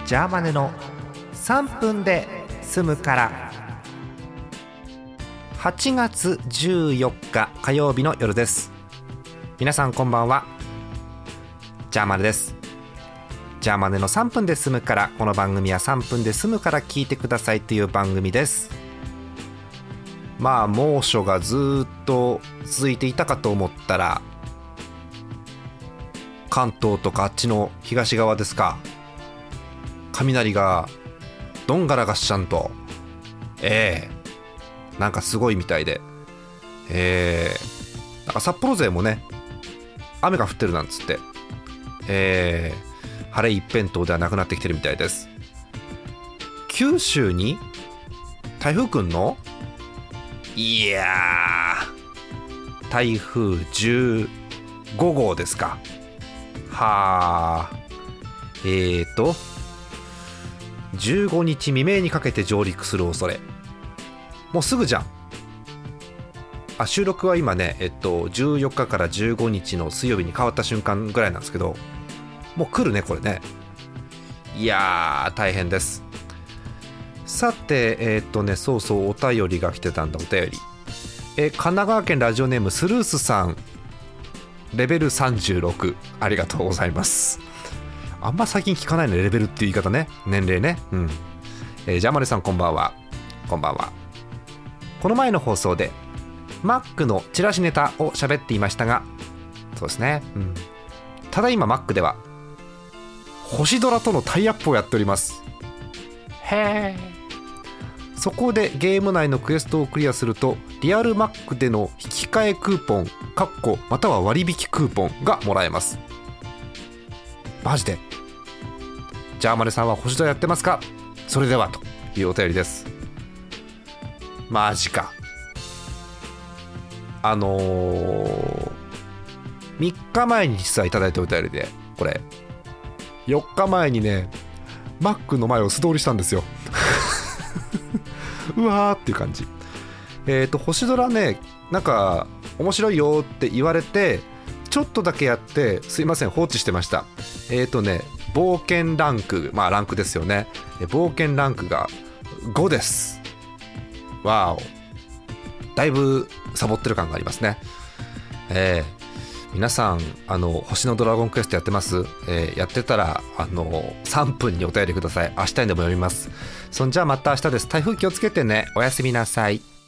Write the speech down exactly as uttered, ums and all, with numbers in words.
ジャーマネのさんぷんで済むから。はちがつじゅうよっか火曜日の夜です。皆さんこんばんは。ジャーマネです。ジャーマネのさんぷんで済むから。この番組はさんぷんで済むから聞いてくださいという番組です。まあ猛暑がずっと続いていたかと思ったら、関東とかあっちの東側ですか、雷がどんがらがっしゃんと、ええー、なんかすごいみたいで、えー、なんか札幌勢もね雨が降ってるなんつって、えー、晴れ一辺倒ではなくなってきてるみたいです。九州に台風くんの、いやー、台風じゅうごごうですか。はあ、えーとじゅうごにち未明にかけて上陸する恐れ。もうすぐじゃん。あ、収録は今ね、えっとじゅうよっかからじゅうごにちの水曜日に変わった瞬間ぐらいなんですけど、もう来るねこれね。いやー大変です。さて、えー、っとねそうそうお便りが来てたんだ。お便り、えー、神奈川県ラジオネームスルースさん、レベルさんじゅうろく、ありがとうございます。あんま最近聞かないのレベルっていう言い方ね、年齢ね。うん、えー、ジャマネさんこんばんは。こんばんは。この前の放送でマックのチラシネタを喋っていましたが、そうですね、うん、ただいまマックでは星ドラとのタイアップをやっております。へー。そこでゲーム内のクエストをクリアするとリアルマックでの引き換えクーポンかっこまたは割引クーポンがもらえます。マジでジャーマネさんは星ドラやってますか？それではというお便りです。マジか。あのー、みっかまえに実はいただいたお便りで、これよっかまえにねマックの前を素通りしたんですようわーっていう感じ。えっと星ドラね、なんか面白いよって言われてちょっとだけやって、すいません放置してました。えっとね冒険ランク、まあランクですよね。冒険ランクがごです。わーお、だいぶサボってる感がありますね。えー、皆さんあの星のドラゴンクエストやってます？えー、やってたらあのさんぷんにお便りください。明日にでも読みます。そんじゃあまた明日です。台風気をつけてね。おやすみなさい。